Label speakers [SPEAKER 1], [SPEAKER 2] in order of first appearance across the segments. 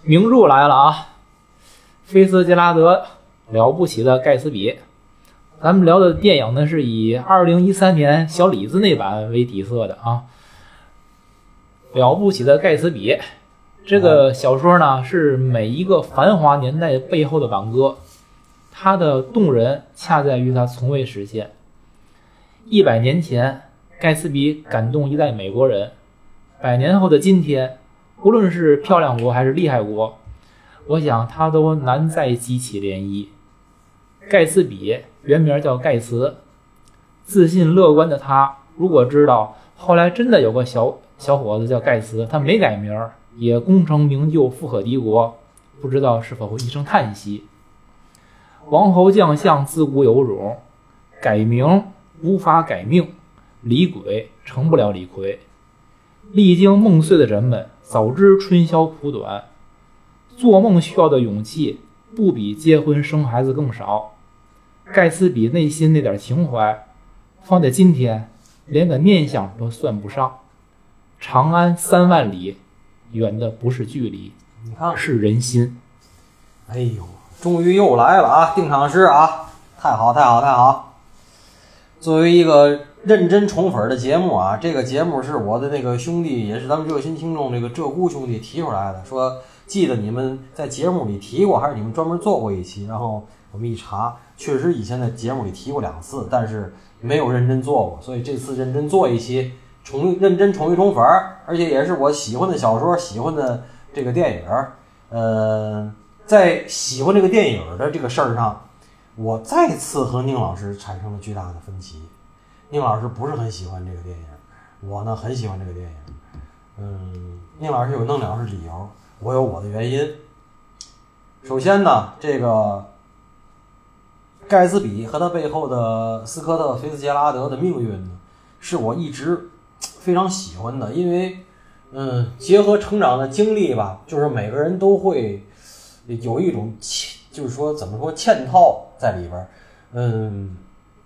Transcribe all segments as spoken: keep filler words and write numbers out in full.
[SPEAKER 1] 名著来了啊，菲茨杰拉德了不起的盖茨比。咱们聊的电影呢是以二零一三年小李子那版为底色的啊。了不起的盖茨比这个小说呢是每一个繁华年代背后的挽歌，它的动人恰在于它从未实现。一百年前盖茨比感动一代美国人，百年后的今天，无论是漂亮国还是厉害国，我想他都难再激起涟漪。盖茨比原名叫盖茨，自信乐观的他，如果知道后来真的有个小小伙子叫盖茨，他没改名，也功成名就，富可敌国，不知道是否会一声叹息。王侯将相自古有种，改名无法改命，李鬼成不了李逵。历经梦碎的人们早知春宵苦短，做梦需要的勇气不比结婚生孩子更少。盖茨比内心那点情怀，放在今天连个念想都算不上。长安三万里，远的不是距离，
[SPEAKER 2] 你看
[SPEAKER 1] 是人心。
[SPEAKER 2] 哎呦，终于又来了啊！定场诗啊，太好太好太好！作为一个认真宠粉的节目啊，这个节目是我的那个兄弟，也是咱们热心听众这个鹧鸪兄弟提出来的，说记得你们在节目里提过，还是你们专门做过一期，然后我们一查，确实以前在节目里提过两次，但是没有认真做过，所以这次认真做一期，宠认真宠一宠粉，而且也是我喜欢的小说，喜欢的这个电影。呃，在喜欢这个电影的这个事儿上，我再次和宁老师产生了巨大的分歧。宁老师不是很喜欢这个电影，我呢很喜欢这个电影。嗯，宁老师有宁老师理由，我有我的原因。首先呢，这个盖茨比和他背后的斯科特·菲茨杰拉德的命运呢，是我一直非常喜欢的，因为嗯，结合成长的经历吧，就是每个人都会有一种就是说怎么说嵌套在里边。嗯，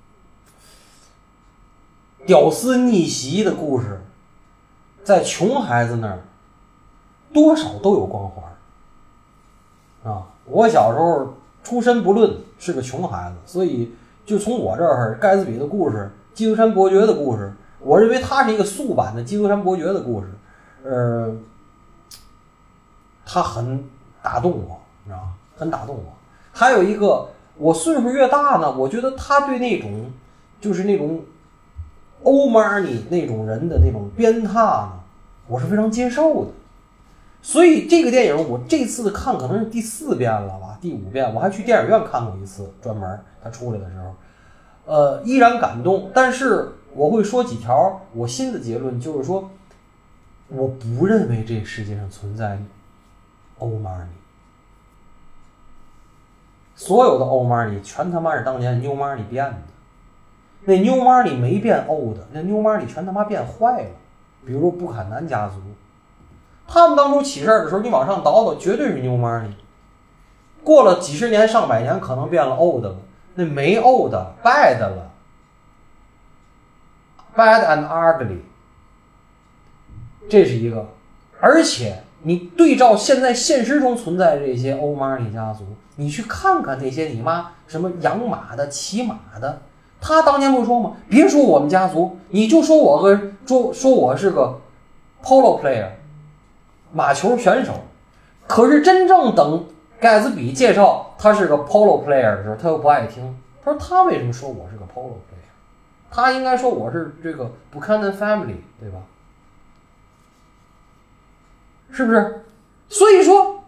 [SPEAKER 2] 屌丝逆袭的故事在穷孩子那儿多少都有光环啊。我小时候出身不论是个穷孩子，所以就从我这儿盖茨比的故事，基督山伯爵的故事，我认为它是一个速版的基督山伯爵的故事。呃，它很打动我，你知道吗？很打动我。还有一个，我岁数越大呢，我觉得他对那种就是那种欧玛尼那种人的那种鞭挞呢，我是非常接受的。所以这个电影我这次看可能是第四遍了吧，第五遍，我还去电影院看过一次，专门他出来的时候，呃，依然感动。但是我会说几条我新的结论，就是说，我不认为这世界上存在欧玛尼，所有的欧玛尼全他妈是当年妞玛尼变的。那妞玛尼没变欧的，那妞玛尼全他妈变坏了。比如布坎南家族，他们当初起事的时候，你往上倒倒，绝对是妞玛尼。过了几十年、上百年，可能变了欧的了。那没欧的 ，bad 了 ，bad and ugly。这是一个，而且你对照现在现实中存在这些欧玛尼家族，你去看看那些你妈什么养马的、骑马的。他当年不说吗？别说我们家族，你就说我个说说我是个 polo player， 马球选手。可是真正等盖茨比介绍他是个 polo player 的时候，他又不爱听。他说他为什么说我是个 polo player？ 他应该说我是这个 Buchanan family， 对吧？是不是？所以说，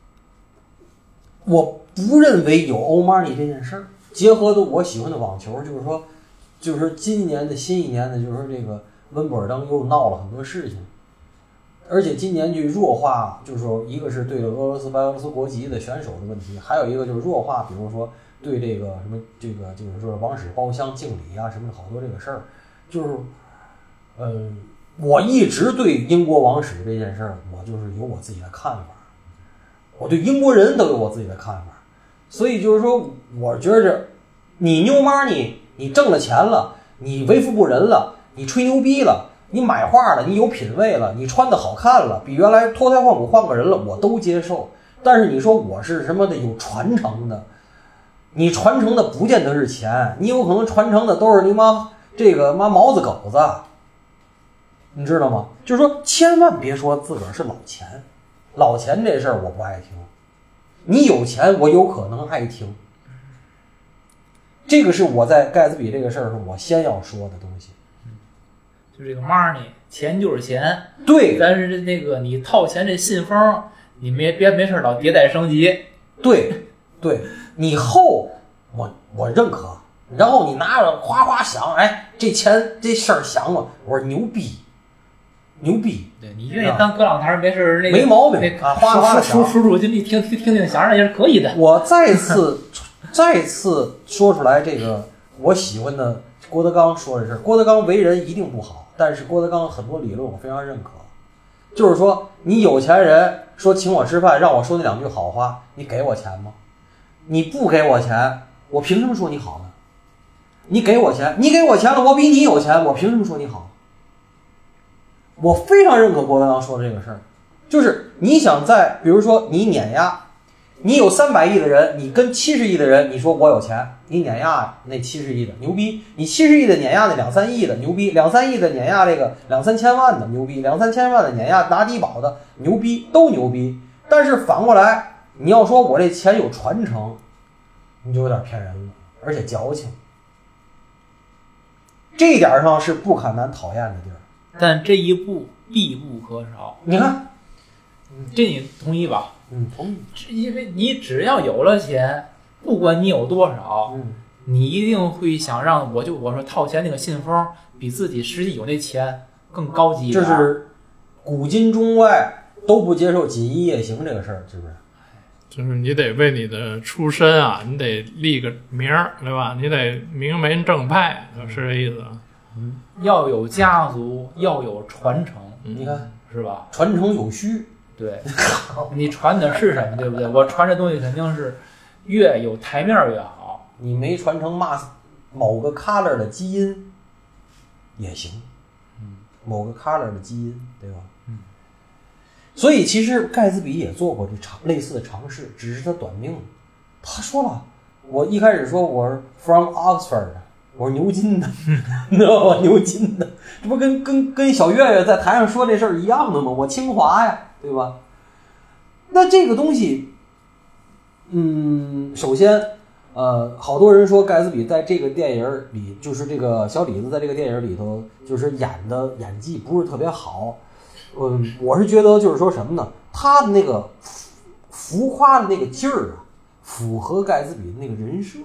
[SPEAKER 2] 我不认为有欧玛尼这件事儿。结合的我喜欢的网球，就是说，就是说今年的新一年的，就是说这个温布尔登又闹了很多事情，而且今年就弱化，就是说一个是对俄罗斯白俄罗斯国籍的选手的问题，还有一个就是弱化，比如说对这个什么这个就是说王室包厢敬礼啊什么的好多这个事儿，就是，嗯，我一直对英国王室这件事儿，我就是有我自己的看法，我对英国人都有我自己的看法。所以就是说，我觉着你妞妈你你挣了钱了，你为富不仁了，你吹牛逼了，你买画了，你有品位了，你穿的好看了，比原来脱胎换骨换个人了，我都接受。 但是你说我是什么的有传承的，你传承的不见得是钱，你有可能传承的都是你妈这个妈毛子狗子，你知道吗？就是说千万别说自个儿是老钱，老钱这事儿我不爱听，你有钱我有可能爱听，这个是我在盖茨比这个事儿上我先要说的东西。
[SPEAKER 1] 就这个 money， 钱就是钱，
[SPEAKER 2] 对，
[SPEAKER 1] 但是那个你套钱这信封，你没别没事老迭代升级，
[SPEAKER 2] 对对，你厚我我认可，然后你拿着哗哗响，哎，这钱这事儿响了，我说牛逼，牛逼，
[SPEAKER 1] 对你愿意当歌朗台没事那个
[SPEAKER 2] 没毛病
[SPEAKER 1] 那
[SPEAKER 2] 啊，哗哗
[SPEAKER 1] 数数数进去听听听听响也是可以的。
[SPEAKER 2] 我再次再次说出来这个我喜欢的郭德纲说的是，郭德纲为人一定不好，但是郭德纲很多理论我非常认可，就是说你有钱人说请我吃饭，让我说那两句好话，你给我钱吗？你不给我钱，我凭什么说你好呢？你给我钱，你给我钱了，我比你有钱，我凭什么说你好？我非常认可郭德纲说的这个事儿，就是你想在，比如说你碾压，你有三百亿的人，你跟七十亿的人，你说我有钱，你碾压那七十亿的牛逼，你七十亿的碾压那两三亿的牛逼，两三亿的碾压这个两三千万的牛逼，两三千万的碾压拿低保的牛逼，都牛逼。但是反过来，你要说我这钱有传承，你就有点骗人了，而且矫情。这一点上是不可难讨厌的地儿，
[SPEAKER 1] 但这一步必不可少。
[SPEAKER 2] 你看，
[SPEAKER 1] 这你同意吧？
[SPEAKER 2] 嗯，同意。
[SPEAKER 1] 因为你只要有了钱，不管你有多少，
[SPEAKER 2] 嗯，
[SPEAKER 1] 你一定会想让我就我说套钱那个信封比自己实际有那钱更高级一点。
[SPEAKER 2] 这是古今中外都不接受锦衣夜行这个事儿，是不是？
[SPEAKER 3] 就是你得为你的出身啊，你得立个名儿，对吧？你得名门正派，是这意思。
[SPEAKER 1] 嗯，要有家族，要有传承，
[SPEAKER 2] 你看
[SPEAKER 1] 是吧？
[SPEAKER 2] 传承有序。
[SPEAKER 1] 对，你传的是什么，对不对？我传这东西肯定是越有台面越好。
[SPEAKER 2] 你没传承嘛某个 color 的基因也行，
[SPEAKER 1] 嗯，
[SPEAKER 2] 某个 color 的基因，对吧？
[SPEAKER 1] 嗯。
[SPEAKER 2] 所以其实盖茨比也做过这尝类似的尝试，只是他短命。他说了，我一开始说我是 from Oxford， 我是牛津的，你知道吗？牛津的，这不跟跟跟小岳岳在台上说这事儿一样的吗？我清华呀，对吧？那这个东西，嗯，首先，呃，好多人说盖茨比在这个电影里，就是这个小李子在这个电影里头，就是演的演技不是特别好。嗯，我是觉得就是说什么呢？他的那个浮夸的那个劲儿啊，符合盖茨比的那个人设。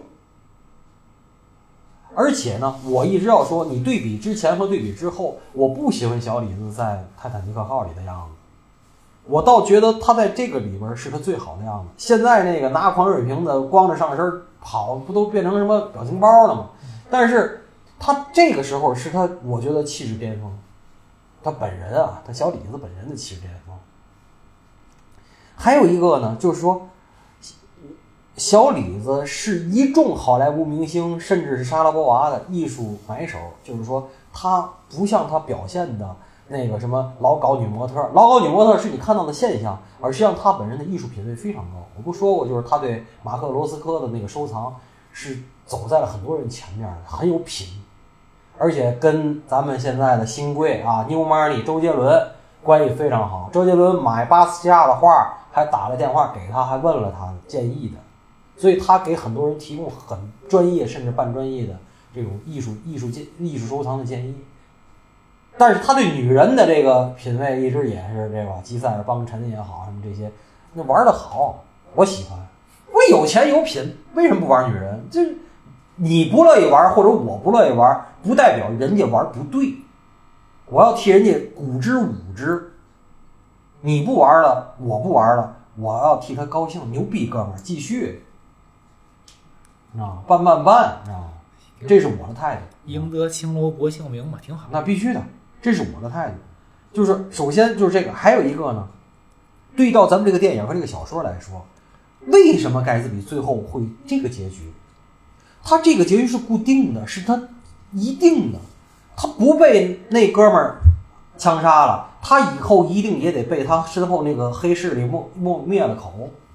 [SPEAKER 2] 而且呢，我一直要说，你对比之前和对比之后，我不喜欢小李子在泰坦尼克号里的样子，我倒觉得他在这个里边是他最好的样子。现在那个拿矿泉水瓶子光着上身跑，不都变成什么表情包了吗？但是他这个时候是他，我觉得气质巅峰。他本人啊，他小李子本人的气质巅峰。还有一个呢，就是说，小李子是一众好莱坞明星，甚至是莎拉波娃的艺术买手。就是说，他不像他表现的那个什么老搞女模特，老搞女模特是你看到的现象，而实际上他本人的艺术品味非常高。我不说过，就是他对马克罗斯科的那个收藏是走在了很多人前面的，很有品。而且跟咱们现在的新贵啊 New Money 周杰伦关系非常好。周杰伦买巴斯奇亚的画，还打了电话给他，还问了他建议的，所以他给很多人提供很专业甚至半专业的这种艺术艺术建艺术收藏的建议。但是他对女人的这个品味一直也是这个吉塞尔邦辰也好，什么这些那玩得好，我喜欢。我有钱有品，为什么不玩女人？就是你不乐意玩，或者我不乐意玩，不代表人家玩不对。我要替人家鼓之舞之。你不玩了，我不玩了，我要替他高兴，牛逼哥们儿，继续，啊，办办办，啊，这是我的态度。
[SPEAKER 1] 赢得青楼薄幸名嘛，挺好。
[SPEAKER 2] 那必须的，这是我的态度。就是首先就是这个，还有一个呢，对照咱们这个电影和这个小说来说，为什么盖茨比最后会这个结局？他这个结局是固定的，是他一定的，他不被那哥们儿枪杀了，他以后一定也得被他身后那个黑势力没没灭了口。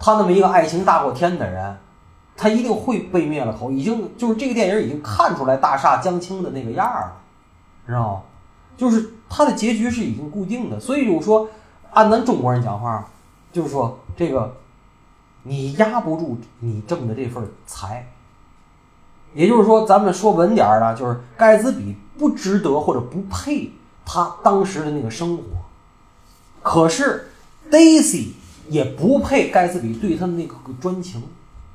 [SPEAKER 2] 他那么一个爱情大过天的人，他一定会被灭了口，已经就是这个电影已经看出来大厦将倾的那个样了，知道吗？就是他的结局是已经固定的，所以我说按咱中国人讲话，就是说这个你压不住你挣的这份财，也就是说咱们说文点的，就是盖茨比不值得或者不配他当时的那个生活，可是 Daisy 也不配盖茨比对他的那个专情，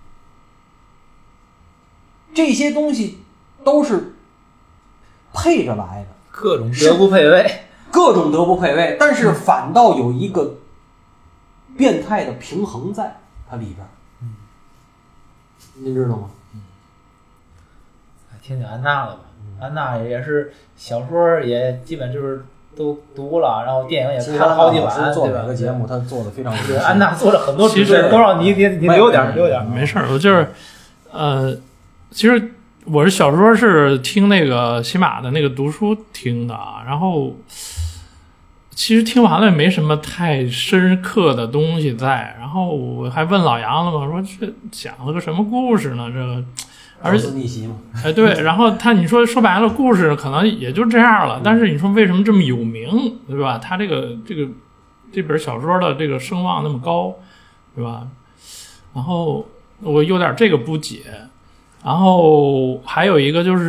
[SPEAKER 2] 这些东西都是配着来的，
[SPEAKER 1] 各种德不配位，
[SPEAKER 2] 各种德不配位，但是反倒有一个变态的平衡在它里边，嗯，您知道吗？
[SPEAKER 1] 嗯，听听安娜的吧，嗯、安娜也是小说也基本就是都读了，然后电影也看了好几版，
[SPEAKER 2] 做每个节目他做的非常好，
[SPEAKER 1] 安娜做了很多，其实都让你你你留点留点，
[SPEAKER 3] 没事，我就是呃，其实。我是小时候是听那个喜马的那个读书听的，然后其实听完了也没什么太深刻的东西在，然后我还问老杨了嘛，说这讲了个什么故事呢？这个而
[SPEAKER 2] 且逆袭嘛，
[SPEAKER 3] 哎对，然后他你说说白了故事可能也就这样了，但是你说为什么这么有名，对吧？他这个这个这本小说的这个声望那么高，对吧？然后我有点这个不解。然后还有一个就是，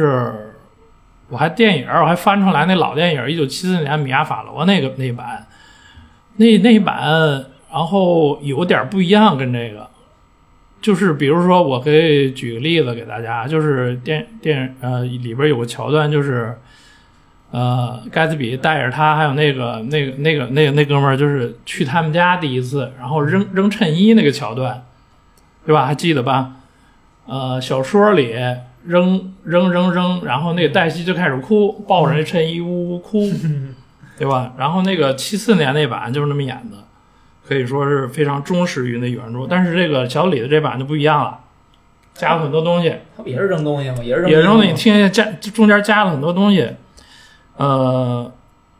[SPEAKER 3] 我还电影我还翻出来那老电影，一九七四年米娅法罗那个那版，那那版，然后有点不一样，跟这个，就是比如说我可以举个例子给大家，就是电电呃里边有个桥段，就是呃盖茨比带着他还有那个那个那个那个那哥们儿，就是去他们家第一次，然后扔扔衬衣那个桥段，对吧？还记得吧？呃，小说里扔扔扔扔，然后那个黛西就开始哭，抱着那衬衣呜呜哭，对吧？然后那个七四年那版就是那么演的，可以说是非常忠实于那原著。但是这个小李的这版就不一样了，加了很多东西。
[SPEAKER 1] 他也是扔东西吗？也是扔。
[SPEAKER 3] 也扔的，你听见加中间加了很多东西，呃，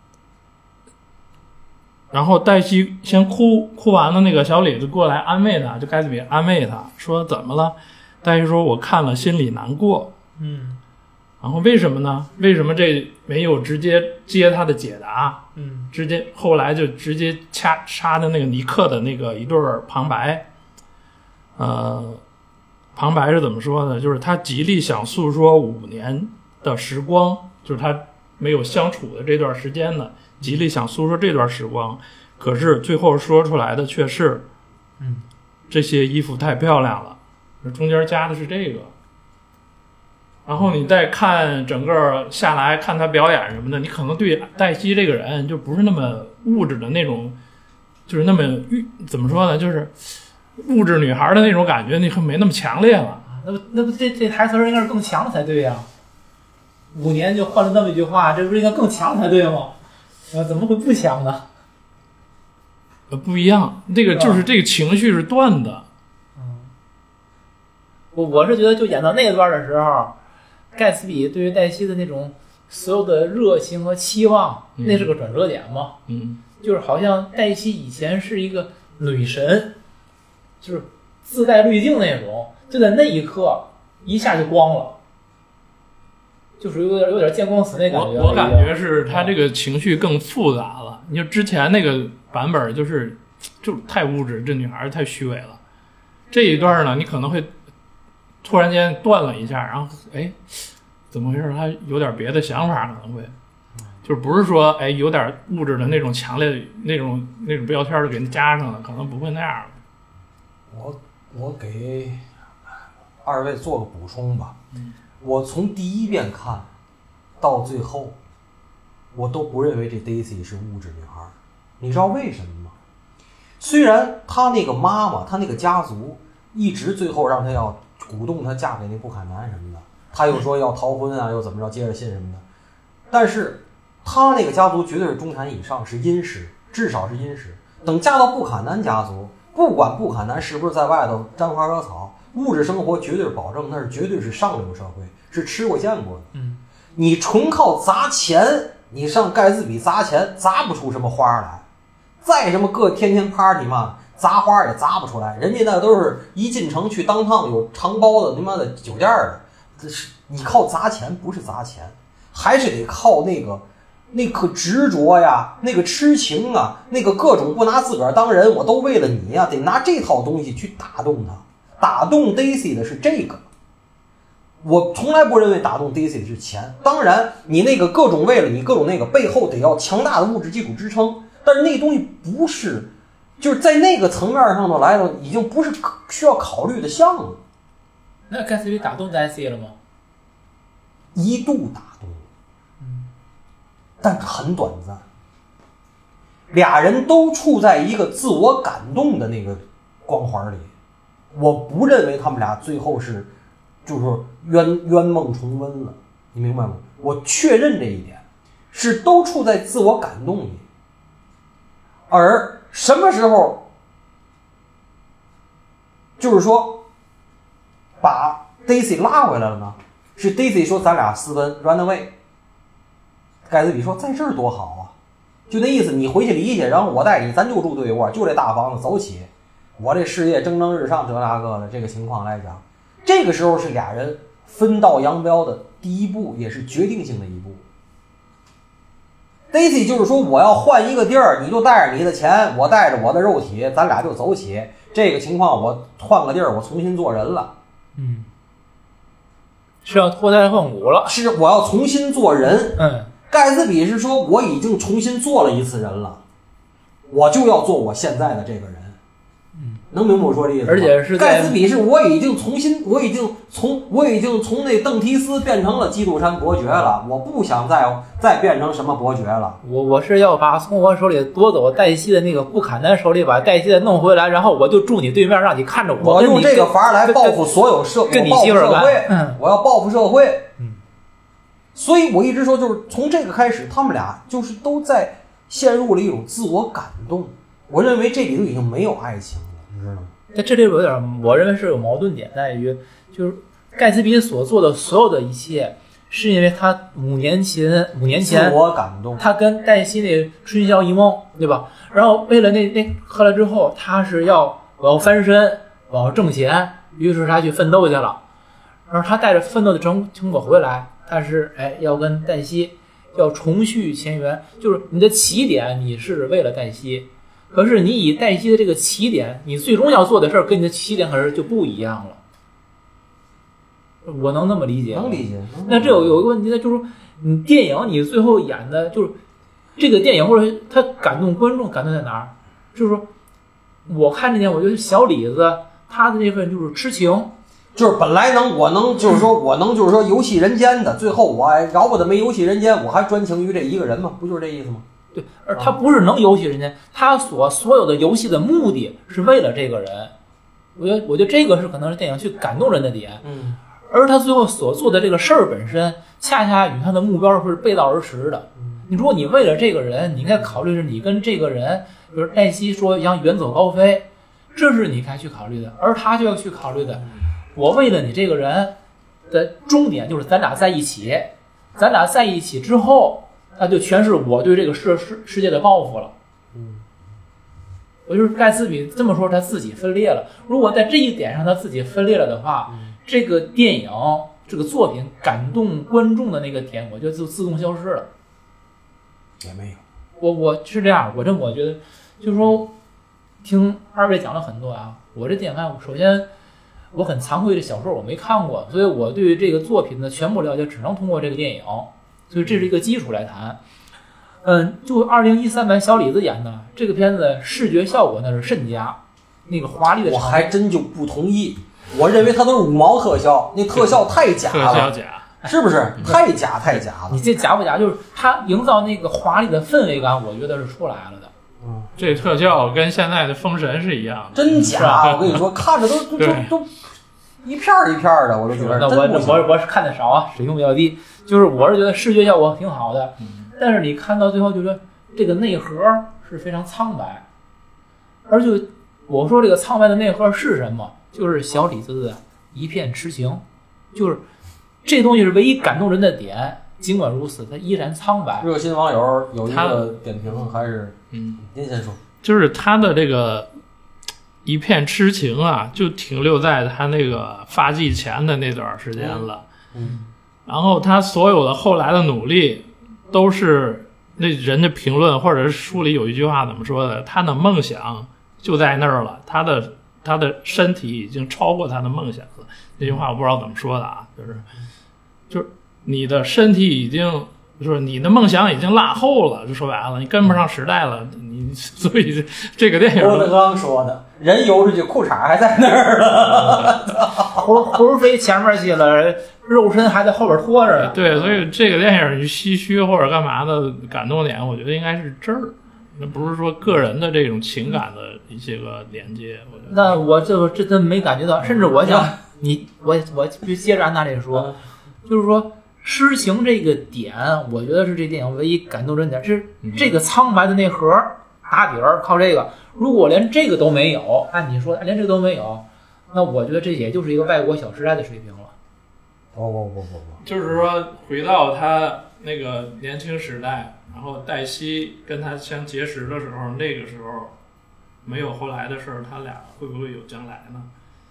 [SPEAKER 3] 然后黛西先哭，哭完了，那个小李就过来安慰他，就盖茨比安慰他说怎么了？黛西说我看了心里难过，
[SPEAKER 1] 嗯，
[SPEAKER 3] 然后为什么呢？为什么这没有直接接他的解答？
[SPEAKER 1] 嗯，
[SPEAKER 3] 直接后来就直接掐插的那个尼克的那个一对旁白，呃，旁白是怎么说呢？就是他极力想诉说五年的时光，就是他没有相处的这段时间呢，极力想诉说这段时光，可是最后说出来的却是，
[SPEAKER 1] 嗯，
[SPEAKER 3] 这些衣服太漂亮了。中间加的是这个，然后你再看整个下来看他表演什么的，你可能对黛西这个人就不是那么物质的那种，就是那么怎么说呢，就是物质女孩的那种感觉，你没那么强烈了。
[SPEAKER 1] 那不那不这这台词应该是更强才对呀、啊。五年就换了那么一句话，这不是应该更强才对吗？呃，怎么会不强呢？
[SPEAKER 3] 呃，不一样，这个就是这个情绪是断的。
[SPEAKER 1] 我我是觉得，就演到那段的时候，盖茨比对于黛西的那种所有的热情和期望，
[SPEAKER 3] 嗯、
[SPEAKER 1] 那是个转折点嘛。
[SPEAKER 3] 嗯，
[SPEAKER 1] 就是好像黛西以前是一个女神，就是自带滤镜那种，就在那一刻一下就光了，就是有点有点见光死那感觉。
[SPEAKER 3] 我我感觉是他这个情绪更复杂了。你就之前那个版本就是就太物质，这女孩太虚伪了。这一段呢，你可能会。突然间断了一下，然后哎，怎么回事？他有点别的想法，可能会，就是不是说哎有点物质的那种强烈的那种那种标签就给加上了，可能不会那样。
[SPEAKER 2] 我我给二位做个补充吧。
[SPEAKER 3] 嗯，
[SPEAKER 2] 我从第一遍看到最后，我都不认为这 Daisy 是物质女孩。你知道为什么吗？虽然她那个妈妈，她那个家族一直最后让她要。鼓动她嫁给那布坎南什么的，她又说要逃婚啊，又怎么着接着信什么的，但是她那个家族绝对是中产以上，是殷实，至少是殷实。等嫁到布坎南家族，不管布坎南是不是在外头沾花惹草，物质生活绝对保证，那是绝对是上流社会，是吃过见过的。
[SPEAKER 1] 嗯，
[SPEAKER 2] 你纯靠砸钱，你上盖茨比砸钱砸不出什么花来，再什么各天天 party 嘛， 砸花也砸不出来，人家那都是一进城去当趟有长包的他妈的酒店的，这是你靠砸钱不是砸钱，还是得靠那个那颗执着呀，那个痴情啊，那个各种不拿自个儿当人，我都为了你呀，得拿这套东西去打动他。打动 Daisy 的是这个，我从来不认为打动 Daisy 的是钱。当然，你那个各种为了你各种那个背后得要强大的物质基础支撑，但是那东西不是，就是在那个层面上头来了，已经不是需要考虑的项目。
[SPEAKER 1] 那盖茨比打动 Daisy 了吗？
[SPEAKER 2] 一度打动，嗯，但很短暂。俩人都处在一个自我感动的那个光环里。我不认为他们俩最后是就是说冤冤梦重温了，你明白吗？我确认这一点，是都处在自我感动里。而什么时候就是说把 Daisy 拉回来了呢？是 Daisy 说咱俩私奔 run away， 盖茨比说在这儿多好啊，就那意思，你回去理去，然后我带你，咱就住对窝，就这大房子走起，我这事业蒸蒸日上，这那个的这个情况来讲，这个时候是俩人分道扬镳的第一步，也是决定性的一步。Daisy 就是说我要换一个地儿，你就带着你的钱，我带着我的肉体，咱俩就走起。这个情况我换个地儿，我重新做人了。
[SPEAKER 1] 嗯，是要脱胎换骨了，
[SPEAKER 2] 是我要重新做人。
[SPEAKER 1] 嗯，
[SPEAKER 2] 盖茨比是说我已经重新做了一次人了，我就要做我现在的这个人。
[SPEAKER 1] 嗯，
[SPEAKER 2] 能明白我说这意思吗？
[SPEAKER 1] 而且是
[SPEAKER 2] 盖茨比是我已经重新，我已经从我已经从那邓提斯变成了基督山伯爵了，我不想再再变成什么伯爵了。
[SPEAKER 1] 我我是要把从我手里夺走黛西的那个布坎南手里把黛西的弄回来，然后我就住你对面，让你看着我。
[SPEAKER 2] 我用这个法儿来报复所有社，
[SPEAKER 1] 跟你媳妇儿
[SPEAKER 2] 社会，
[SPEAKER 1] 嗯，
[SPEAKER 2] 我要报复社会。
[SPEAKER 1] 嗯，
[SPEAKER 2] 所以我一直说，就是从这个开始，他们俩就是都在陷入了一种自我感动。我认为这里头已经没有爱情了，你知道吗？
[SPEAKER 1] 在这里有点，我认为是有矛盾点在于，就是盖茨比所做的所有的一切，是因为他五年前五年前
[SPEAKER 2] 自我感动，
[SPEAKER 1] 他跟黛西那春宵一梦，对吧？然后为了那那喝了之后，他是要我要翻身，我要挣钱，于是他去奋斗去了。然后他带着奋斗的成成果回来，他是哎要跟黛西要重续前缘，就是你的起点你是为了黛西。可是你以黛西的这个起点，你最终要做的事儿跟你的起点可是就不一样了。我能那么理解吗？
[SPEAKER 2] 能理解。
[SPEAKER 1] 那这有有一个问题呢，就是你电影你最后演的就是这个电影，或者它感动观众感动在哪儿？就是说，我看这点，我觉得小李子他的那份就是痴情，
[SPEAKER 2] 就是本来能我能就是说我能就是说游戏人间的，最后我饶不得没游戏人间，我还专情于这一个人吗？不就是这意思吗？
[SPEAKER 1] 对，而他不是能游戏人间，他所所有的游戏的目的是为了这个人。我觉得，我觉得这个是可能是电影去感动人的点。
[SPEAKER 2] 嗯，
[SPEAKER 1] 而他最后所做的这个事儿本身，恰恰与他的目标是背道而驰的。你如果你为了这个人，你应该考虑是你跟这个人，比如黛西说想远走高飞，这是你该去考虑的，而他就要去考虑的，我为了你这个人的终点就是咱俩在一起，咱俩在一起之后。那就全是我对这个世世世界的报复了。
[SPEAKER 2] 嗯，
[SPEAKER 1] 我就是盖茨比这么说，他自己分裂了。如果在这一点上他自己分裂了的话，
[SPEAKER 2] 嗯、
[SPEAKER 1] 这个电影这个作品感动观众的那个点，我觉得就自动消失了。
[SPEAKER 2] 也没有，
[SPEAKER 1] 我我是这样，我这我觉得就是说，听二位讲了很多啊。我这电影看，首先我很惭愧，这小说我没看过，所以我对于这个作品的全部了解只能通过这个电影。所以这是一个基础来谈，嗯，就二零一三版小李子演的这个片子的视觉效果那是甚佳，那个华丽的
[SPEAKER 2] 我还真就不同意，我认为它都是五毛特效，那特效太假了，
[SPEAKER 3] 特效假，
[SPEAKER 2] 是不是？太假太假了。
[SPEAKER 1] 你这假不假？就是它营造那个华丽的氛围感，我觉得是出来了的。
[SPEAKER 2] 嗯，
[SPEAKER 3] 这特效跟现在的封神是一样的，
[SPEAKER 2] 真假！我跟你说，看着都都都都一片一片的，我都觉得。
[SPEAKER 1] 那我我我是看的少啊，水平比较低。就是我是觉得视觉效果挺好的，但是你看到最后就说这个内核是非常苍白，而就我说这个苍白的内核是什么？就是小李子的一片痴情，就是这东西是唯一感动人的点。尽管如此，它依然苍白。
[SPEAKER 2] 热心网友有一个点评，还是
[SPEAKER 3] 嗯，
[SPEAKER 2] 您先说，
[SPEAKER 3] 就是他的这个一片痴情啊，就停留在他那个发迹前的那段时间了。
[SPEAKER 2] 嗯，
[SPEAKER 3] 然后他所有的后来的努力，都是那人的评论，或者是书里有一句话怎么说的？他的梦想就在那儿了，他的他的身体已经超过他的梦想了。这句话我不知道怎么说的啊，就是就是你的身体已经。就是你的梦想已经落后了，就说白了，你跟不上时代了。你所以这个电影，
[SPEAKER 2] 郭德纲说的，人游出去，裤衩还在那儿了，
[SPEAKER 1] 魂魂飞前面去了，肉身还在后边拖着。
[SPEAKER 3] 对，所以这个电影唏嘘或者干嘛的感动点，我觉得应该是这儿，那不是说个人的这种情感的一些个连接。我觉得
[SPEAKER 1] 那我这这真没感觉到，甚至我想你，我我就接着按他这说，就是说。痴情这个点，我觉得是这电影唯一感动人点，是这个苍白的那盒打底儿靠这个。如果连这个都没有，按你说连这个都没有，那我觉得这也就是一个外国小时代的水平了。
[SPEAKER 2] 不不不不不，
[SPEAKER 3] 就是说回到他那个年轻时代，然后黛西跟他相结识的时候，那个时候没有后来的事儿，他俩会不会有将来呢？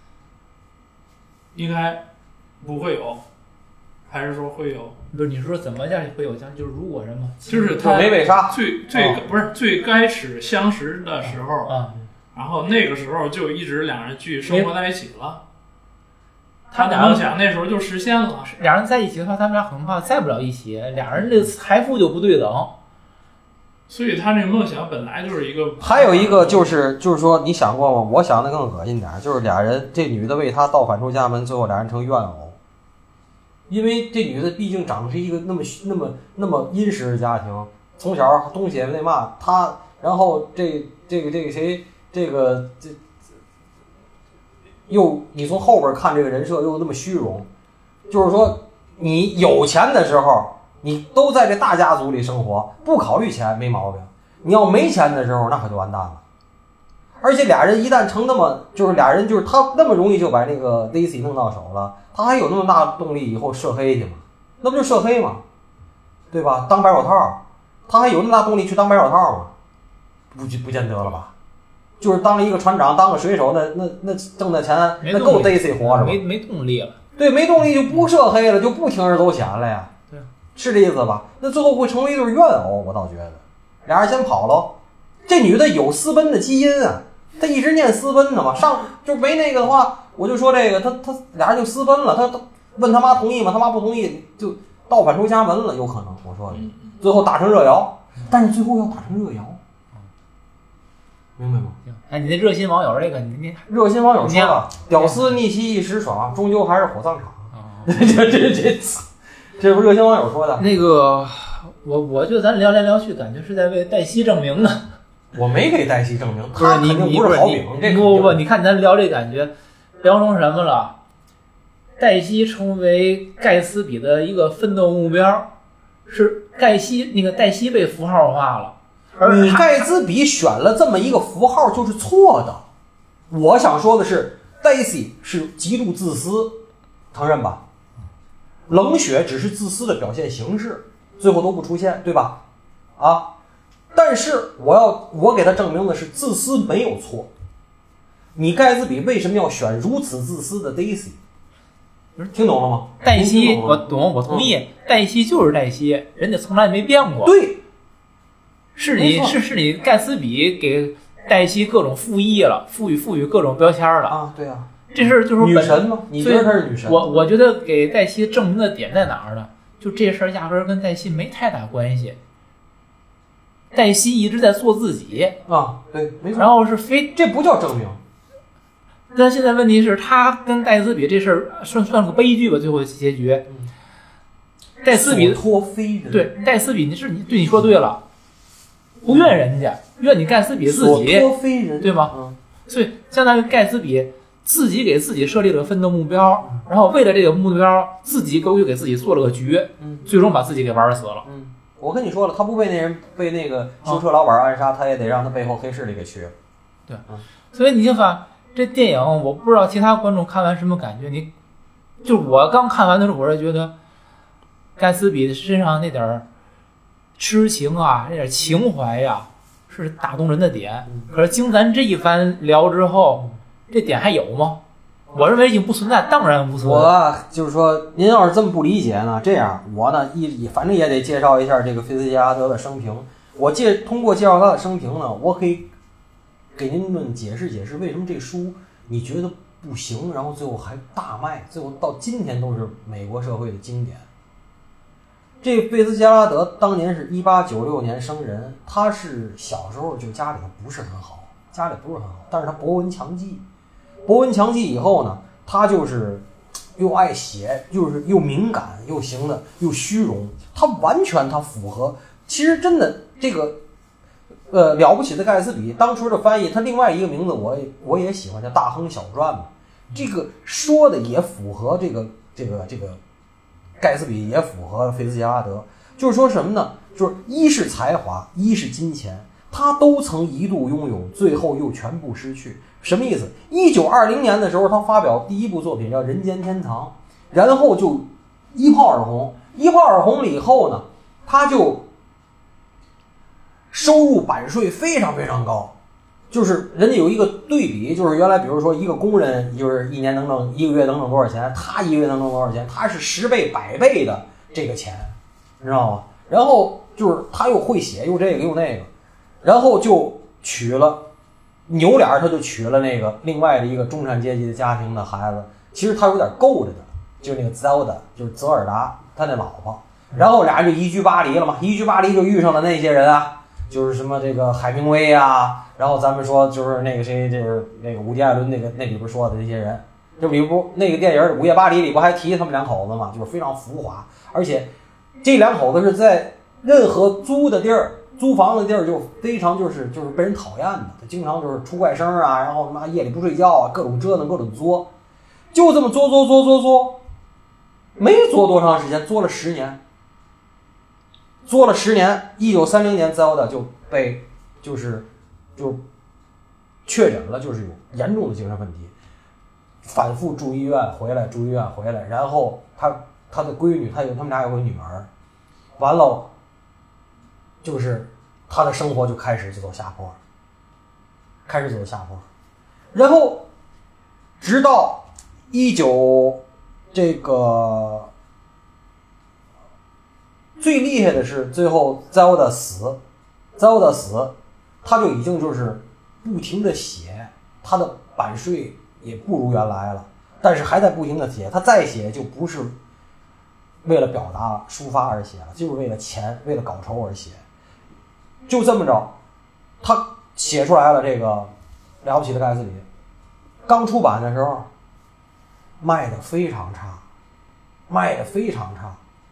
[SPEAKER 3] 应该不会有。还是说会有？
[SPEAKER 1] 不是，你说怎么样会有将？就是如果什么？
[SPEAKER 3] 就是他
[SPEAKER 2] 没被杀，
[SPEAKER 3] 最最、哦、不是最开始相识的时候
[SPEAKER 1] 啊、
[SPEAKER 3] 嗯，然后那个时候就一直两人去生活在一起了。
[SPEAKER 1] 他
[SPEAKER 3] 的梦想那时候就实现了。
[SPEAKER 1] 俩人在一起的话，他们俩很怕在不了一起，俩人这财富就不对等。
[SPEAKER 3] 所以他这个梦想本来就是一个。
[SPEAKER 2] 还有一个就是就是说，你想过吗？我想的更恶心点，就是俩人这女的为他倒反出家门，最后俩人成怨偶。因为这女的毕竟长得是一个那么那么那么殷实的家庭，从小东西那嘛，她然后这这个这个谁这个这又你从后边看这个人设又那么虚荣，就是说你有钱的时候你都在这大家族里生活，不考虑钱没毛病，你要没钱的时候那可就完蛋了。而且俩人一旦成那么就是俩人就是他那么容易就把那个 Daisy 弄到手了，他还有那么大动力以后涉黑去吗？那不就涉黑吗？对吧？当白手套，他还有那么大动力去当白手套吗？不不见得了吧？就是当了一个船长，当个水手，那那那挣的钱那够 Daisy 活着吗？
[SPEAKER 1] 没没动力了。
[SPEAKER 2] 对，没动力就不涉黑了，就不铤而走险了呀。
[SPEAKER 1] 对，
[SPEAKER 2] 是这意思吧？那最后会成为一对怨偶，我倒觉得，俩人先跑了。这女的有私奔的基因啊。他一直念私奔呢嘛，上就没那个的话，我就说这个他他俩人就私奔了，他他问他妈同意吗？他妈不同意，就倒反出家门了，有可能。我说的，最后打成热窑，但是最后要打成热窑，明白吗？
[SPEAKER 1] 哎，你那热心网友这个，你你
[SPEAKER 2] 热心网友说了，屌丝逆袭一时爽，终究还是火葬场。
[SPEAKER 1] 这
[SPEAKER 2] 这这这，这不是热心网友说的。
[SPEAKER 1] 那个，我我觉得咱聊来聊去，感觉是在为黛西证明呢。
[SPEAKER 2] 我没给黛西证明，
[SPEAKER 1] 不是你你
[SPEAKER 2] 不是好饼，这
[SPEAKER 1] 不不不，你看咱聊这感觉，聊成什么了？黛西成为盖茨比的一个奋斗目标，是盖西那个黛西被符号化了，而
[SPEAKER 2] 你盖茨比选了这么一个符号就是错的。我想说的是，黛西是极度自私，承认吧？冷血只是自私的表现形式，最后都不出现，对吧？啊。但是我要我给他证明的是，自私没有错。你盖茨比为什么要选如此自私的 Daisy？ 听懂了吗？
[SPEAKER 1] 黛西，我懂，我同意。嗯、黛西就是黛西，人家从来没变过。
[SPEAKER 2] 对，
[SPEAKER 1] 是你是是你盖茨比给黛西各种赋予了，赋予赋予各种标签了
[SPEAKER 2] 啊！对啊，
[SPEAKER 1] 这事儿就是
[SPEAKER 2] 女神吗？你觉得她是女神？
[SPEAKER 1] 我我觉得给黛西证明的点在哪儿呢？就这事儿压根儿跟黛西没太大关系。黛西一直在做自己
[SPEAKER 2] 啊，对，没错。
[SPEAKER 1] 然后是非，
[SPEAKER 2] 这不叫证明。
[SPEAKER 1] 但现在问题是，他跟盖茨比这事儿算算个悲剧吧，最后的结局。
[SPEAKER 2] 嗯、
[SPEAKER 1] 盖茨比
[SPEAKER 2] 托非人，
[SPEAKER 1] 对，盖茨比你是你对你说对了，不怨人家，怨你盖茨比自己，
[SPEAKER 2] 托非人，
[SPEAKER 1] 对吗？
[SPEAKER 2] 嗯。
[SPEAKER 1] 所以相当于盖茨比自己给自己设立了个奋斗目标，嗯、然后为了这个目标，自己勾又给自己做了个局，
[SPEAKER 2] 嗯，
[SPEAKER 1] 最终把自己给玩死了。
[SPEAKER 2] 嗯。我跟你说了，他不被那人被那个修车老板暗杀，他也得让他背后黑势力给去。
[SPEAKER 1] 对，嗯、所以你就发这电影，我不知道其他观众看完什么感觉。你就我刚看完的时候，我是觉得盖茨比身上那点痴情啊，那点情怀呀、啊， 是打动人的点。可是经咱这一番聊之后，这点还有吗？我认为已经不存在，当然不存在。
[SPEAKER 2] 我啊，就是说，您要是这么不理解呢，这样我呢一反正也得介绍一下这个菲茨杰拉德的生平。我介通过介绍他的生平呢，我可以给您们解释解释为什么这书你觉得不行，然后最后还大卖，最后到今天都是美国社会的经典。这菲茨杰拉德当年是一八九六年生人，他是小时候就家里头不是很好，家里不是很好，但是他博闻强记，博闻强记以后呢，他就是又爱写，就是又敏感又行的又虚荣，他完全他符合。其实真的这个呃了不起的盖茨比当初的翻译，他另外一个名字我也我也喜欢，叫大亨小传嘛，这个说的也符合这个这个这个盖茨比，也符合菲茨杰拉德。就是说什么呢？就是一是才华，一是金钱，他都曾一度拥有，最后又全部失去。什么意思？一九二零年的时候，他发表第一部作品叫《人间天堂》，然后就一炮而红。一炮而红了以后呢，他就收入版税非常非常高。就是人家有一个对比，就是原来比如说一个工人就是一年能挣一个月能挣多少钱，他一个月能挣多少钱，他是十倍百倍的这个钱，你知道吗？然后就是他又会写又这个又那个，然后就娶了扭脸，他就娶了那个另外的一个中产阶级的家庭的孩子，其实他有点够着的，就是那个 Zelda， 就是泽尔达他那老婆，然后俩人就移居巴黎了嘛，移居巴黎就遇上了那些人啊，就是什么这个海明威啊，然后咱们说就是那个谁，这个那个伍迪·艾伦那个那里边说的这些人，这里不那个电影《午夜巴黎》里不还提他们两口子嘛，就是非常浮华，而且这两口子是在任何租的地儿、租房的地儿就非常就是就是被人讨厌的，他经常就是出怪声啊，然后他妈夜里不睡觉啊，各种折腾各种作，就这么作作作作作，没作多长时间，作了十年。做了十年，一九三零年 Zelda 就被就是就确诊了，就是有严重的精神问题，反复住医院回来，住医院回来，然后他他的闺女，他有他们俩有个女儿，完了就是他的生活就开始就走下坡，开始走下坡，然后直到一九这个。最厉害的是最后 Zelda 死 Zelda 死他就已经就是不停的写，他的版税也不如原来了，但是还在不停的写，他再写就不是为了表达抒发而写了，就是为了钱为了搞酬而写。就这么着他写出来了这个了不起的盖茨比，刚出版的时候卖的非常差，卖的非常差。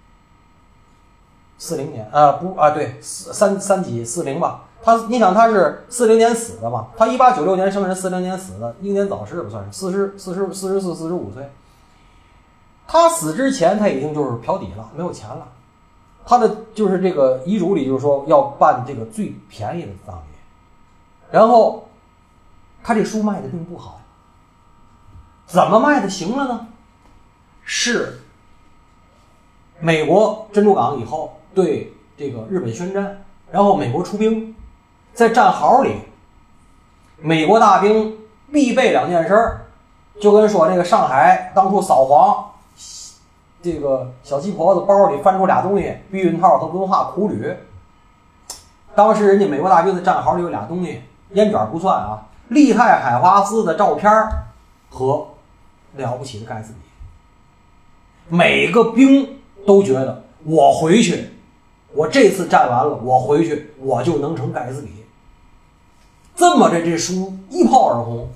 [SPEAKER 2] 四零年，呃不啊，对，三三几四零吧。他你想他是四零年死的嘛？他一八九六年生人，四零年死的，英年早逝不算是四十四十四十四四十五岁。他死之前他已经就是嫖底了，没有钱了。他的就是这个遗嘱里就是说要办这个最便宜的葬礼，然后他这书卖的并不好，怎么卖的行了呢？是美国珍珠港以后。对这个日本宣战，然后美国出兵，在战壕里，美国大兵必备两件事，就跟说那个上海当初扫黄，这个小鸡婆子包里翻出俩东西，避孕套和文化苦旅。当时人家美国大兵的战壕里有俩东西，烟卷不算啊，利泰海华斯的照片和了不起的盖茨比。每个兵都觉得我回去。我这次战完了，我回去我就能成盖茨比。这么着，这书一炮而红，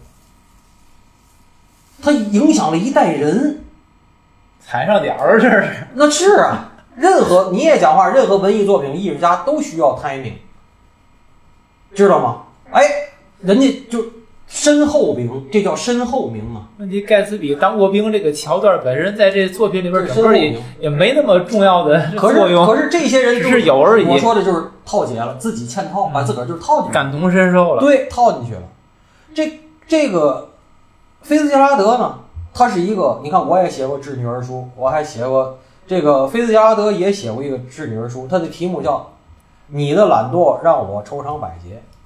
[SPEAKER 2] 它影响了一代人。
[SPEAKER 1] 踩上点儿这是。
[SPEAKER 2] 那是啊，任何你也讲话，任何文艺作品、艺术家都需要 timing， 知道吗？哎，人家就身后名，这叫身后名嘛。
[SPEAKER 1] 问题盖茨比当过兵这个桥段本身在这作品里边整个也也没那么重要的作用。
[SPEAKER 2] 可是可是这些人
[SPEAKER 1] 只是有而已。
[SPEAKER 2] 我说的就是套解了，自己嵌套，把自个儿就是套进去，
[SPEAKER 1] 感同身受了。
[SPEAKER 2] 对，套进去了。这这个菲茨杰拉德呢，他是一个，你看我也写过致女儿书，我还写过这个菲茨杰拉德也写过一个致女儿书，他的题目叫《你的懒惰让我愁肠百结》。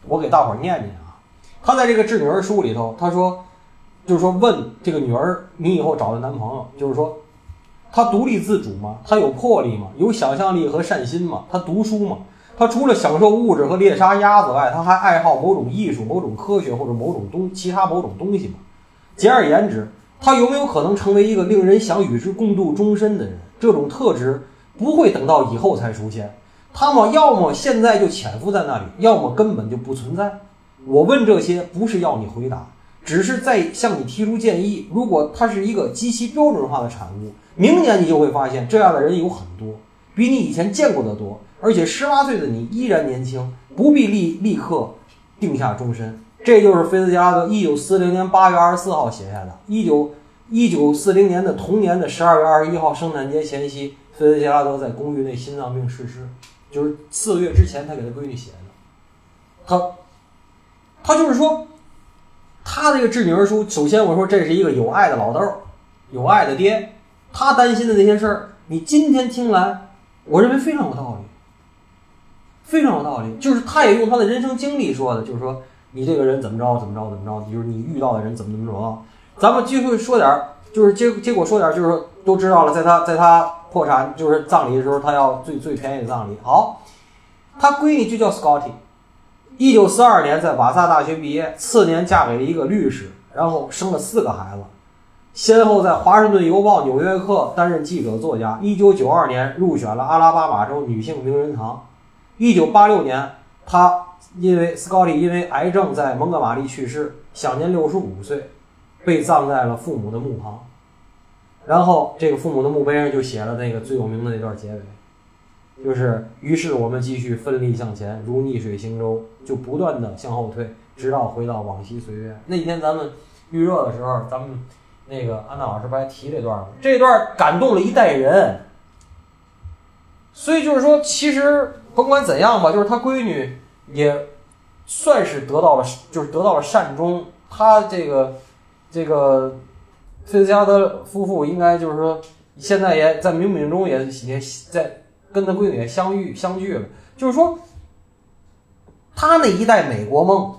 [SPEAKER 2] 我给大伙儿念念啊。他在这个致女儿书里头，他说，就是说问这个女儿，你以后找的男朋友，就是说，他独立自主吗？他有魄力吗？有想象力和善心吗？他读书吗？他除了享受物质和猎杀鸭子外，他还爱好某种艺术、某种科学或者某种东其他某种东西吗？简而言之，他有没有可能成为一个令人想与之共度终身的人？这种特质不会等到以后才出现，他们要么现在就潜伏在那里，要么根本就不存在。我问这些不是要你回答，只是在向你提出建议。如果它是一个极其标准化的产物，明年你就会发现这样的人有很多，比你以前见过的多，而且十八岁的你依然年轻，不必立立刻定下终身。这就是菲茨杰拉德一九四零年八月二十四号写下的。一九一九四零年的同年的十二月二十一号圣诞节前夕，菲茨杰拉德在公寓内心脏病逝世，就是四个月之前他给他闺女写的。他他就是说，他这个致女儿书，首先我说这是一个有爱的老豆，有爱的爹，他担心的那些事儿，你今天听来，我认为非常有道理，非常有道理。就是他也用他的人生经历说的，就是说你这个人怎么着怎么着怎么着，就是你遇到的人怎么怎么着。咱们就会说点，就是结结果说点，就是说都知道了，在他在他破产就是葬礼的时候，他要最最便宜的葬礼。好，他闺女就叫 Scotty。一九四二年在瓦萨大学毕业，次年嫁给了一个律师，然后生了四个孩子，先后在华盛顿邮报、纽约客担任记者作家。一九九二年入选了阿拉巴马州女性名人堂。一九八六年，他因为 Scotty 因为癌症在蒙哥马利去世，享年六十五岁，被葬在了父母的墓旁。然后这个父母的墓碑上就写了那个最有名的那段结尾，就是于是我们继续奋力向前，如逆水行舟，就不断的向后退，直到回到往昔岁月。那天咱们预热的时候，咱们那个安娜老师不还提这段吗？这段感动了一代人。所以就是说，其实甭管怎样吧，就是他闺女也算是得到了，就是得到了善终。他这个这个菲茨加德夫妇应该就是说，现在也在冥冥中也也在跟他闺女也相遇相聚了。就是说，他那一代美国梦，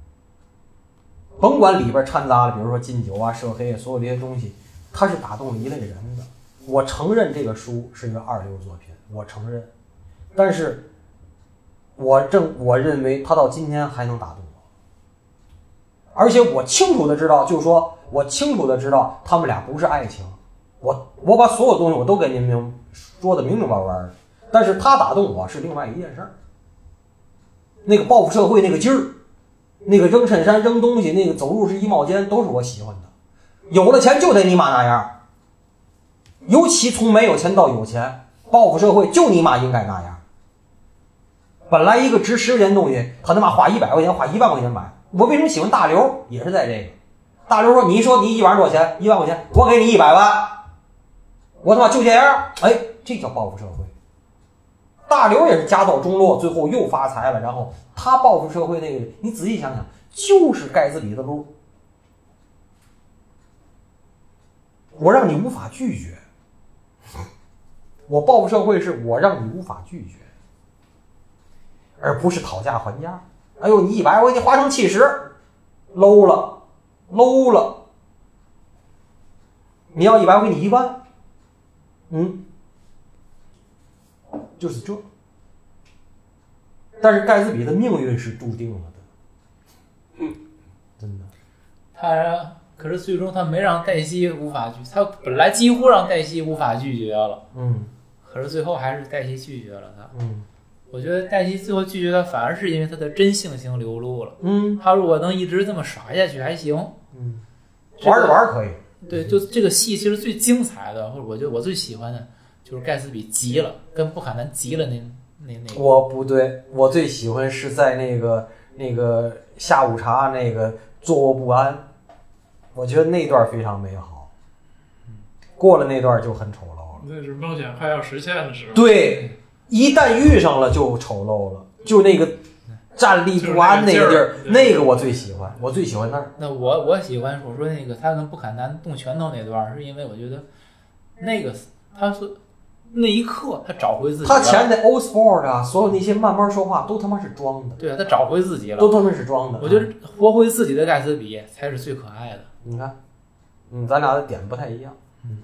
[SPEAKER 2] 甭管里边掺杂了，比如说禁酒啊、涉黑啊，所有这些东西，他是打动了一类人的。我承认这个书是一个二流作品，我承认，但是我正我认为他到今天还能打动我，而且我清楚的知道，就是说我清楚的知道他们俩不是爱情，我我把所有东西我都给您明说的明明白白的，但是他打动我是另外一件事儿。那个报复社会那个劲儿，那个扔衬衫扔东西，那个走路是衣帽间，都是我喜欢的。有了钱就得你妈那样，尤其从没有钱到有钱，报复社会就你妈应该那样。本来一个值十块钱东西，他他妈花一百块钱花一万块钱买。我为什么喜欢大刘，也是在这个大刘说，你说你一晚上多少钱？一万块钱，我给你一百万，我他妈就这样。哎，这叫报复社会。大刘也是家道中落，最后又发财了，然后他报复社会那个，你仔细想想，就是盖茨比的路，我让你无法拒绝。我报复社会是我让你无法拒绝，而不是讨价还价。哎呦，你一百我给你花成七十 ，low 了 ，low 了。你要一百我给你一万，嗯，就是这。但是盖茨比的命运是注定了的，嗯，真的。
[SPEAKER 1] 他可是最终他没让黛西无法拒，他本来几乎让黛西无法拒绝了，
[SPEAKER 2] 嗯，
[SPEAKER 1] 可是最后还是黛西拒绝了他，
[SPEAKER 2] 嗯。
[SPEAKER 1] 我觉得黛西最后拒绝他，反而是因为他的真性情流露了。
[SPEAKER 2] 嗯，
[SPEAKER 1] 他如果能一直这么耍下去还行。
[SPEAKER 2] 嗯，玩着玩可以。
[SPEAKER 1] 对，就这个戏其实最精彩的，或者我觉得我最喜欢的就是盖茨比急了，跟布坎南急了那那那个。
[SPEAKER 2] 我不对，我最喜欢是在那个那个下午茶那个坐卧不安，我觉得那段非常美好。过了那段就很丑陋了。
[SPEAKER 3] 那是梦想快要实现的时候。
[SPEAKER 2] 对。一旦遇上了就丑陋了，就那个站立不安那个地儿，那个我最喜欢，我最喜欢那儿。
[SPEAKER 1] 那我我喜欢我说那个他跟布坎南动拳头那段，是因为我觉得那个他说那一刻他找回自己了。
[SPEAKER 2] 他前的 Old Sport 啊，所有那些慢慢说话都他妈是装的。
[SPEAKER 1] 对啊，他找回自己了，
[SPEAKER 2] 都他妈是装的。
[SPEAKER 1] 我觉得活回自己的盖茨比才是最可爱的。
[SPEAKER 2] 你看，嗯，咱俩的点不太一样。
[SPEAKER 1] 嗯。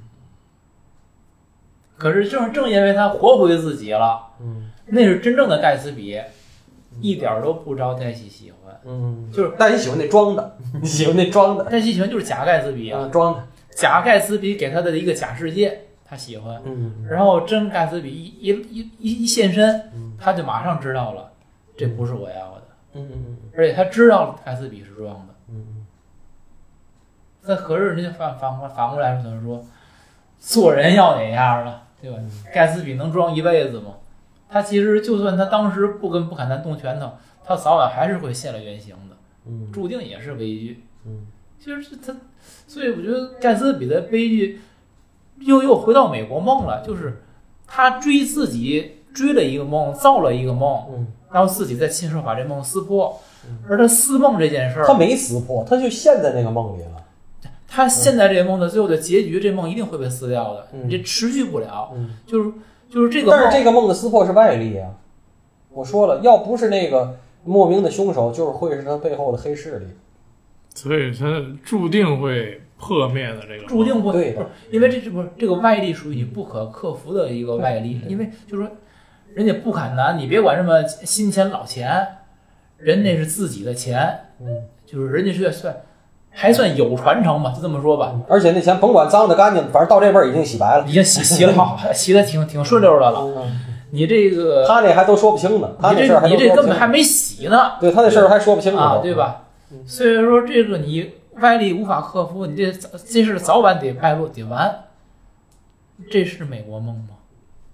[SPEAKER 1] 可是正正因为他活回自己了，
[SPEAKER 2] 嗯，
[SPEAKER 1] 那是真正的盖茨比，一点都不招黛西喜欢。
[SPEAKER 2] 嗯，
[SPEAKER 1] 就是
[SPEAKER 2] 但你喜欢那装的，你喜欢那装的。
[SPEAKER 1] 黛西喜欢就是假盖茨比啊，
[SPEAKER 2] 嗯、装的。
[SPEAKER 1] 假盖茨比给他的一个假世界，他喜欢。
[SPEAKER 2] 嗯，
[SPEAKER 1] 然后真盖茨比一一一一一现身，
[SPEAKER 2] 嗯，
[SPEAKER 1] 他就马上知道了，这不是我要的。
[SPEAKER 2] 嗯嗯嗯，
[SPEAKER 1] 而且他知道盖茨比是装的。
[SPEAKER 2] 嗯嗯。
[SPEAKER 1] 那可是人家反反过反过来说，说做人要哪样了，对吧？盖茨比能装一辈子吗？他其实就算他当时不跟不砍丹动拳头，他早晚还是会现了原形的，
[SPEAKER 2] 嗯，
[SPEAKER 1] 注定也是悲剧。
[SPEAKER 2] 嗯，
[SPEAKER 1] 其实是他，所以我觉得盖茨比的悲剧又又回到美国梦了，就是他追自己追了一个梦，造了一个梦，
[SPEAKER 2] 嗯，
[SPEAKER 1] 然后自己再亲手把这梦撕破。而他撕梦这件事儿，
[SPEAKER 2] 他没撕破，他就陷在那个梦里了。
[SPEAKER 1] 他现在这个梦的最后的结局，这梦一定会被撕掉的，
[SPEAKER 2] 嗯、
[SPEAKER 1] 你这持续不了。
[SPEAKER 2] 嗯，
[SPEAKER 1] 就是就是这个梦，
[SPEAKER 2] 但是这个梦的撕破是外力啊。我说了，要不是那个莫名的凶手，就是会是他背后的黑势力。
[SPEAKER 3] 所以他注定会破灭的这个，
[SPEAKER 1] 注定会
[SPEAKER 2] 对的，
[SPEAKER 1] 因为这这不是这个外力属于你不可克服的一个外力，因为就是说，人家不砍南，你别管什么新钱老钱，人那是自己的钱，
[SPEAKER 2] 嗯，
[SPEAKER 1] 就是人家是算还算有传承吧，就这么说吧。
[SPEAKER 2] 而且那钱甭管脏的干净，反正到这辈儿已经洗白了，
[SPEAKER 1] 已经洗洗了好，洗的挺挺顺溜的了。
[SPEAKER 2] 嗯、
[SPEAKER 1] 你这个
[SPEAKER 2] 他那还都说不清呢，他
[SPEAKER 1] 那
[SPEAKER 2] 事儿还
[SPEAKER 1] 你这根本还没洗呢，
[SPEAKER 2] 对他那事儿还说不清呢
[SPEAKER 1] 啊，对吧？所以说这个你外力无法克服，你这这事早晚得败落得完。这是美国梦吗？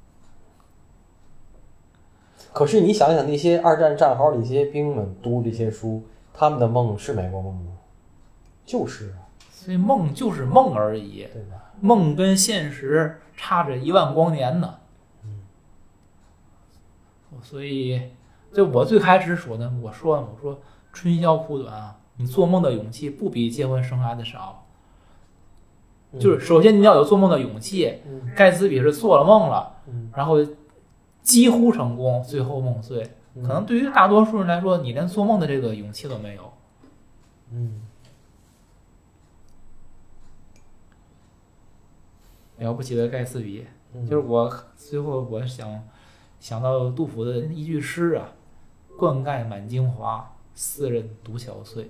[SPEAKER 2] 可是你想想，那些二战战壕里那些兵们读这些书，他们的梦是美国梦吗？就是啊。
[SPEAKER 1] 所以梦就是梦而已，
[SPEAKER 2] 对吧？
[SPEAKER 1] 梦跟现实差着一万光年呢。
[SPEAKER 2] 嗯。
[SPEAKER 1] 所以，就我最开始说呢，我说我说春宵苦短啊，你做梦的勇气不比结婚生孩子少。
[SPEAKER 2] 嗯、
[SPEAKER 1] 就是首先你要有做梦的勇气。
[SPEAKER 2] 嗯、
[SPEAKER 1] 盖茨比是做了梦了，
[SPEAKER 2] 嗯、
[SPEAKER 1] 然后几乎成功，最后梦碎。
[SPEAKER 2] 嗯、
[SPEAKER 1] 可能对于大多数人来说，你连做梦的这个勇气都没有。
[SPEAKER 2] 嗯。
[SPEAKER 1] 了不起的盖茨比，
[SPEAKER 2] 嗯、
[SPEAKER 1] 就是我最后我想想到杜甫的一句诗啊：“灌溉满京华，斯人独晓碎。”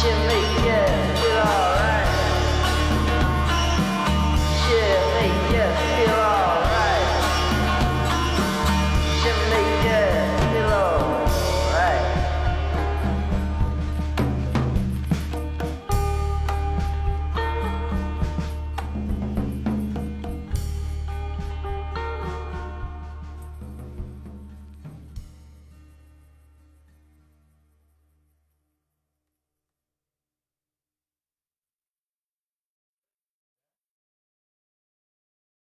[SPEAKER 4] 现未见。